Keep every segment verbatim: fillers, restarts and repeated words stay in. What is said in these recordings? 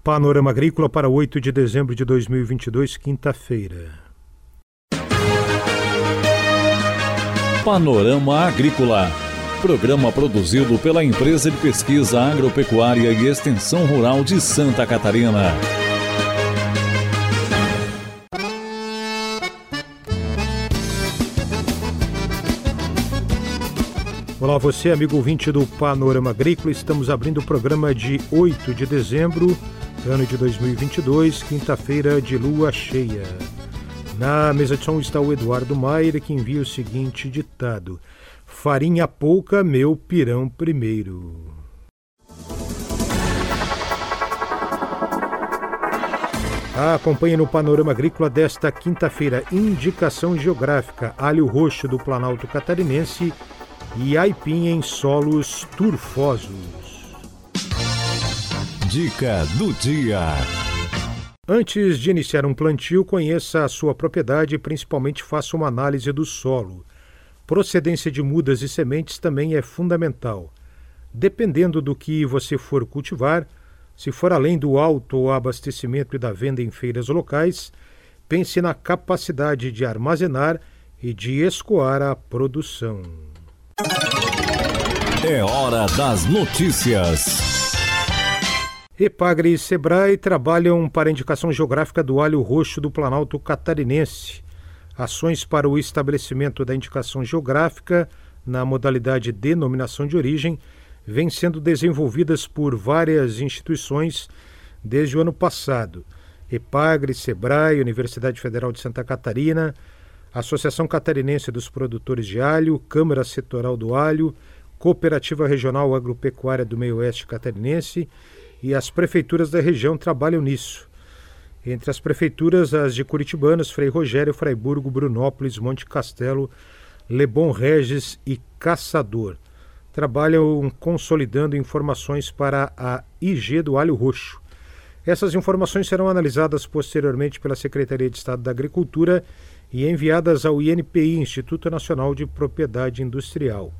Panorama Agrícola para oito de dezembro de dois mil e vinte e dois, quinta-feira. Panorama Agrícola. Programa produzido pela Empresa de Pesquisa Agropecuária e Extensão Rural de Santa Catarina. Olá, você, amigo ouvinte do Panorama Agrícola. Estamos abrindo o programa de oito de dezembro, ano de dois mil e vinte e dois, quinta-feira de lua cheia. Na mesa de som está o Eduardo Maier, que envia o seguinte ditado: farinha pouca, meu pirão primeiro. Acompanhe no Panorama Agrícola desta quinta-feira indicação geográfica: alho roxo do Planalto Catarinense e aipim em solos turfosos. Dica do dia. Antes de iniciar um plantio, conheça a sua propriedade e principalmente faça uma análise do solo. Procedência de mudas e sementes também é fundamental. Dependendo do que você for cultivar, se for além do autoabastecimento e da venda em feiras locais, pense na capacidade de armazenar e de escoar a produção. É hora das notícias. Epagre e Sebrae trabalham para a indicação geográfica do alho roxo do Planalto Catarinense. Ações para o estabelecimento da indicação geográfica na modalidade denominação de origem vêm sendo desenvolvidas por várias instituições desde o ano passado. Epagre, Sebrae, Universidade Federal de Santa Catarina, Associação Catarinense dos Produtores de Alho, Câmara Setorial do Alho, Cooperativa Regional Agropecuária do Meio-Oeste Catarinense e as prefeituras da região trabalham nisso. Entre as prefeituras, as de Curitibanos, Frei Rogério, Fraiburgo, Brunópolis, Monte Castelo, Lebon Regis e Caçador. Trabalham consolidando informações para a I G do alho roxo. Essas informações serão analisadas posteriormente pela Secretaria de Estado da Agricultura e enviadas ao I N P I, Instituto Nacional de Propriedade Industrial.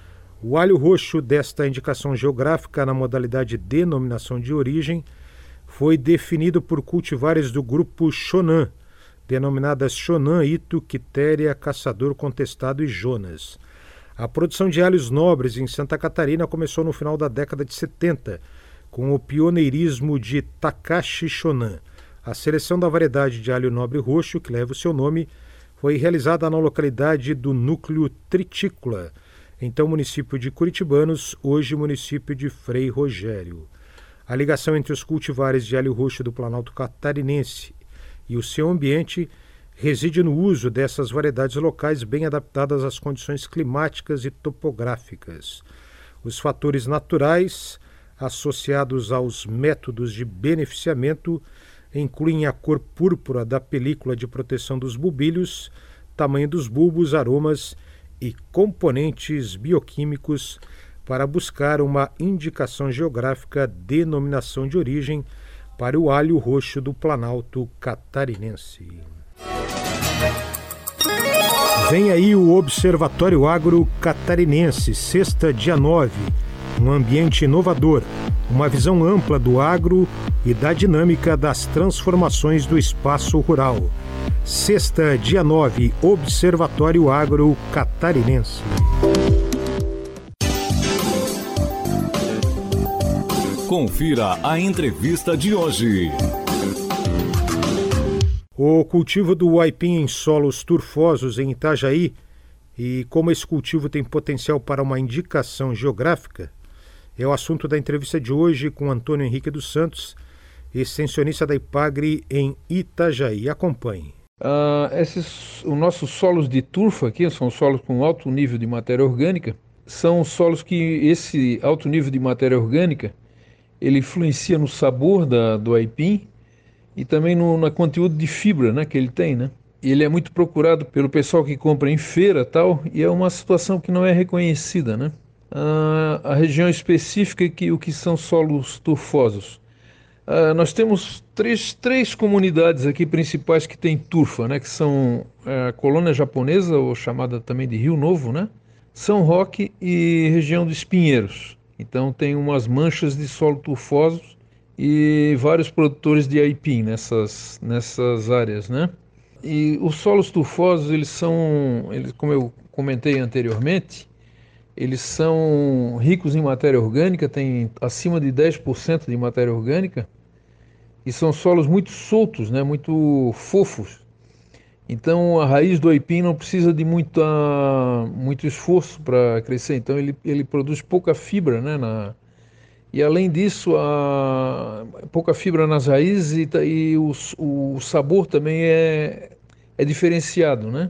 O alho roxo desta indicação geográfica na modalidade denominação de origem foi definido por cultivares do grupo Shonan, denominadas Shonan, Ito, Quitéria, Caçador, Contestado e Jonas. A produção de alhos nobres em Santa Catarina começou no final da década de setenta, com o pioneirismo de Takashi Shonan. A seleção da variedade de alho nobre roxo, que leva o seu nome, foi realizada na localidade do Núcleo Tritícola, então município de Curitibanos, hoje município de Frei Rogério. A ligação entre os cultivares de alho roxo do Planalto Catarinense e o seu ambiente reside no uso dessas variedades locais bem adaptadas às condições climáticas e topográficas. Os fatores naturais associados aos métodos de beneficiamento incluem a cor púrpura da película de proteção dos bulbilhos, tamanho dos bulbos, aromas e componentes bioquímicos para buscar uma indicação geográfica denominação de origem para o alho roxo do Planalto Catarinense. Vem aí o Observatório Agro Catarinense, sexta, dia nove. Um ambiente inovador, uma visão ampla do agro e da dinâmica das transformações do espaço rural. Sexta, dia nove, Observatório Agro Catarinense. Confira a entrevista de hoje. O cultivo do aipim em solos turfosos em Itajaí e como esse cultivo tem potencial para uma indicação geográfica é o assunto da entrevista de hoje com Antônio Henrique dos Santos, extensionista da Epagre em Itajaí. Acompanhe. Uh, esses, os nossos solos de turfa aqui são solos com alto nível de matéria orgânica. São solos que esse alto nível de matéria orgânica ele influencia no sabor da, do aipim e também no, no conteúdo de fibra, né, que ele tem, né? Ele é muito procurado pelo pessoal que compra em feira tal, e é uma situação que não é reconhecida, né? Uh, a região específica que o que são solos turfosos. Uh, nós temos três, três comunidades aqui principais que têm turfa, né? Que são a colônia japonesa, ou chamada também de Rio Novo, né? São Roque e região dos Pinheiros. Então tem umas manchas de solo turfosos e vários produtores de aipim nessas, nessas áreas, né? E os solos turfosos, eles são, eles, como eu comentei anteriormente, eles são ricos em matéria orgânica, tem acima de dez por cento de matéria orgânica, e são solos muito soltos, né, muito fofos. Então a raiz do aipim não precisa de muita, muito esforço para crescer, então ele, ele produz pouca fibra, né, na, e além disso, a, pouca fibra nas raízes e, e o, o sabor também é, é diferenciado, né?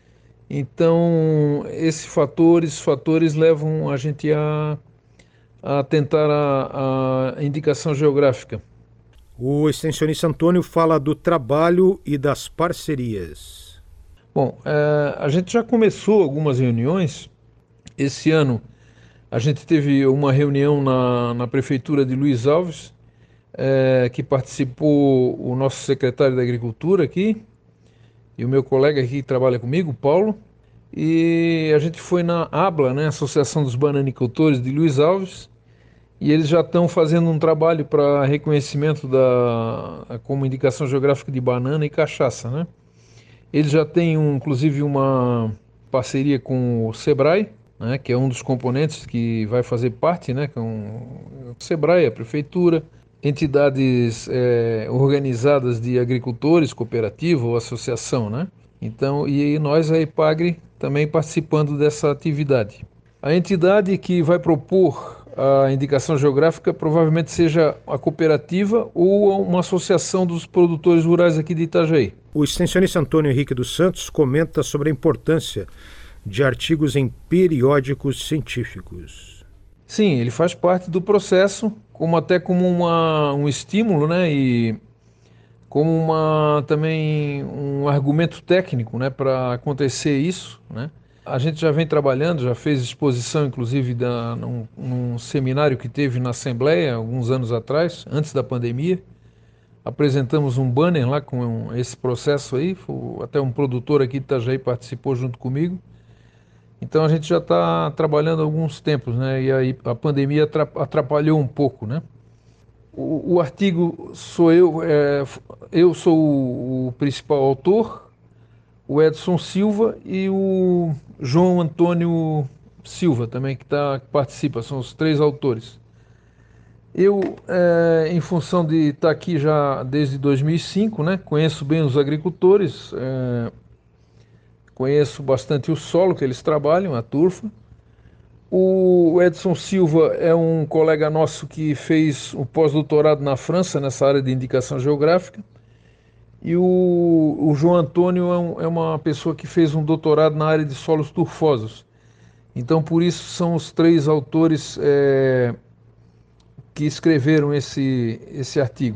Então, esse fator, esses fatores levam a gente a, a tentar a, a indicação geográfica. O extensionista Antônio fala do trabalho e das parcerias. Bom, é, a gente já começou algumas reuniões. Esse ano a gente teve uma reunião na, na Prefeitura de Luiz Alves, é, que participou o nosso secretário da Agricultura aqui, e o meu colega aqui que trabalha comigo, Paulo, e a gente foi na ABLA, né, Associação dos Bananicultores de Luiz Alves, e eles já estão fazendo um trabalho para reconhecimento da, como indicação geográfica de banana e cachaça, né? Eles já têm, um, inclusive, uma parceria com o Sebrae, né, que é um dos componentes que vai fazer parte, né, com o Sebrae, a Prefeitura, entidades é, organizadas de agricultores, cooperativa ou associação, né? Então, e nós, a EPAGRE, também participando dessa atividade. A entidade que vai propor a indicação geográfica provavelmente seja a cooperativa ou uma associação dos produtores rurais aqui de Itajaí. O extensionista Antônio Henrique dos Santos comenta sobre a importância de artigos em periódicos científicos. Sim, ele faz parte do processo, como até como uma, um estímulo, né, e como uma, também um argumento técnico, né, para acontecer isso, né. A gente já vem trabalhando, já fez exposição, inclusive, da, num, num seminário que teve na Assembleia, alguns anos atrás, antes da pandemia. Apresentamos um banner lá com esse processo aí, até um produtor aqui de Itajaí participou junto comigo. Então a gente já está trabalhando há alguns tempos, né? E aí a pandemia atrapalhou um pouco, né? O, o artigo sou eu, é, eu sou o, o principal autor, o Edson Silva e o João Antônio Silva também, que, tá, que participa, são os três autores. Eu, é, em função de estar aqui já desde dois mil e cinco, né, conheço bem os agricultores, é, conheço bastante o solo que eles trabalham, a turfa. O Edson Silva é um colega nosso que fez o pós-doutorado na França, nessa área de indicação geográfica. E o, o João Antônio é, um, é uma pessoa que fez um doutorado na área de solos turfosos. Então, por isso, são os três autores é, que escreveram esse, esse artigo.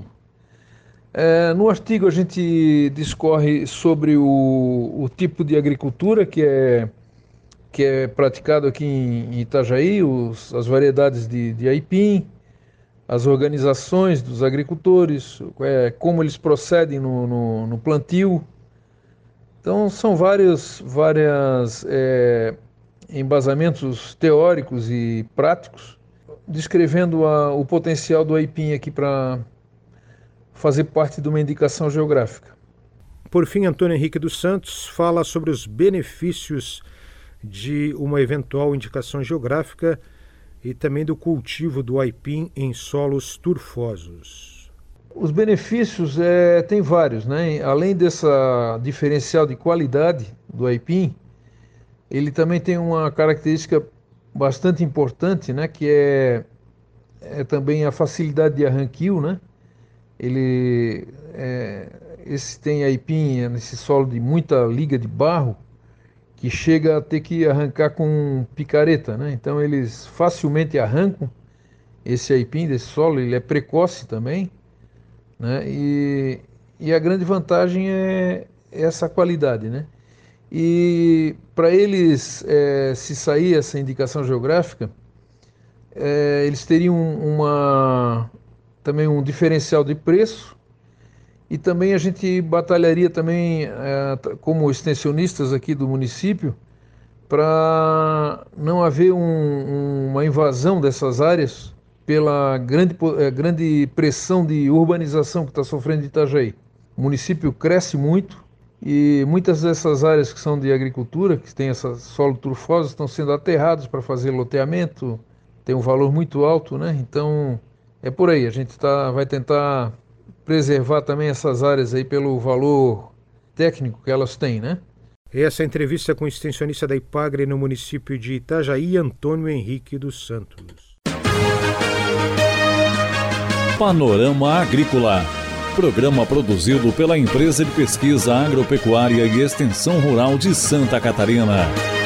É, no artigo, a gente discorre sobre o, o tipo de agricultura que é, que é praticado aqui em Itajaí, os, as variedades de, de aipim, as organizações dos agricultores, é, como eles procedem no, no, no plantio. Então, são vários várias, é, embasamentos teóricos e práticos, descrevendo a, o potencial do aipim aqui para fazer parte de uma indicação geográfica. Por fim, Antônio Henrique dos Santos fala sobre os benefícios de uma eventual indicação geográfica e também do cultivo do aipim em solos turfosos. Os benefícios é, tem vários, né? Além dessa diferencial de qualidade do aipim, ele também tem uma característica bastante importante, né? Que é, é também a facilidade de arranquio, né? Ele, é, esse tem aipim nesse solo de muita liga de barro, que chega a ter que arrancar com picareta, né? Então eles facilmente arrancam esse aipim desse solo, ele é precoce também, né? E, e a grande vantagem é essa qualidade, né? E para eles é, se sair essa indicação geográfica, é, eles teriam uma também um diferencial de preço. E também a gente batalharia também, é, como extensionistas aqui do município, para não haver um, um, uma invasão dessas áreas pela grande, grande pressão de urbanização que está sofrendo Itajaí. O município cresce muito e muitas dessas áreas que são de agricultura, que tem essa solo turfosa, estão sendo aterradas para fazer loteamento, tem um valor muito alto, né? Então é por aí, a gente tá, vai tentar preservar também essas áreas aí pelo valor técnico que elas têm, né? Essa entrevista com o extensionista da Ipagre no município de Itajaí, Antônio Henrique dos Santos. Panorama Agrícola. Programa produzido pela Empresa de Pesquisa Agropecuária e Extensão Rural de Santa Catarina.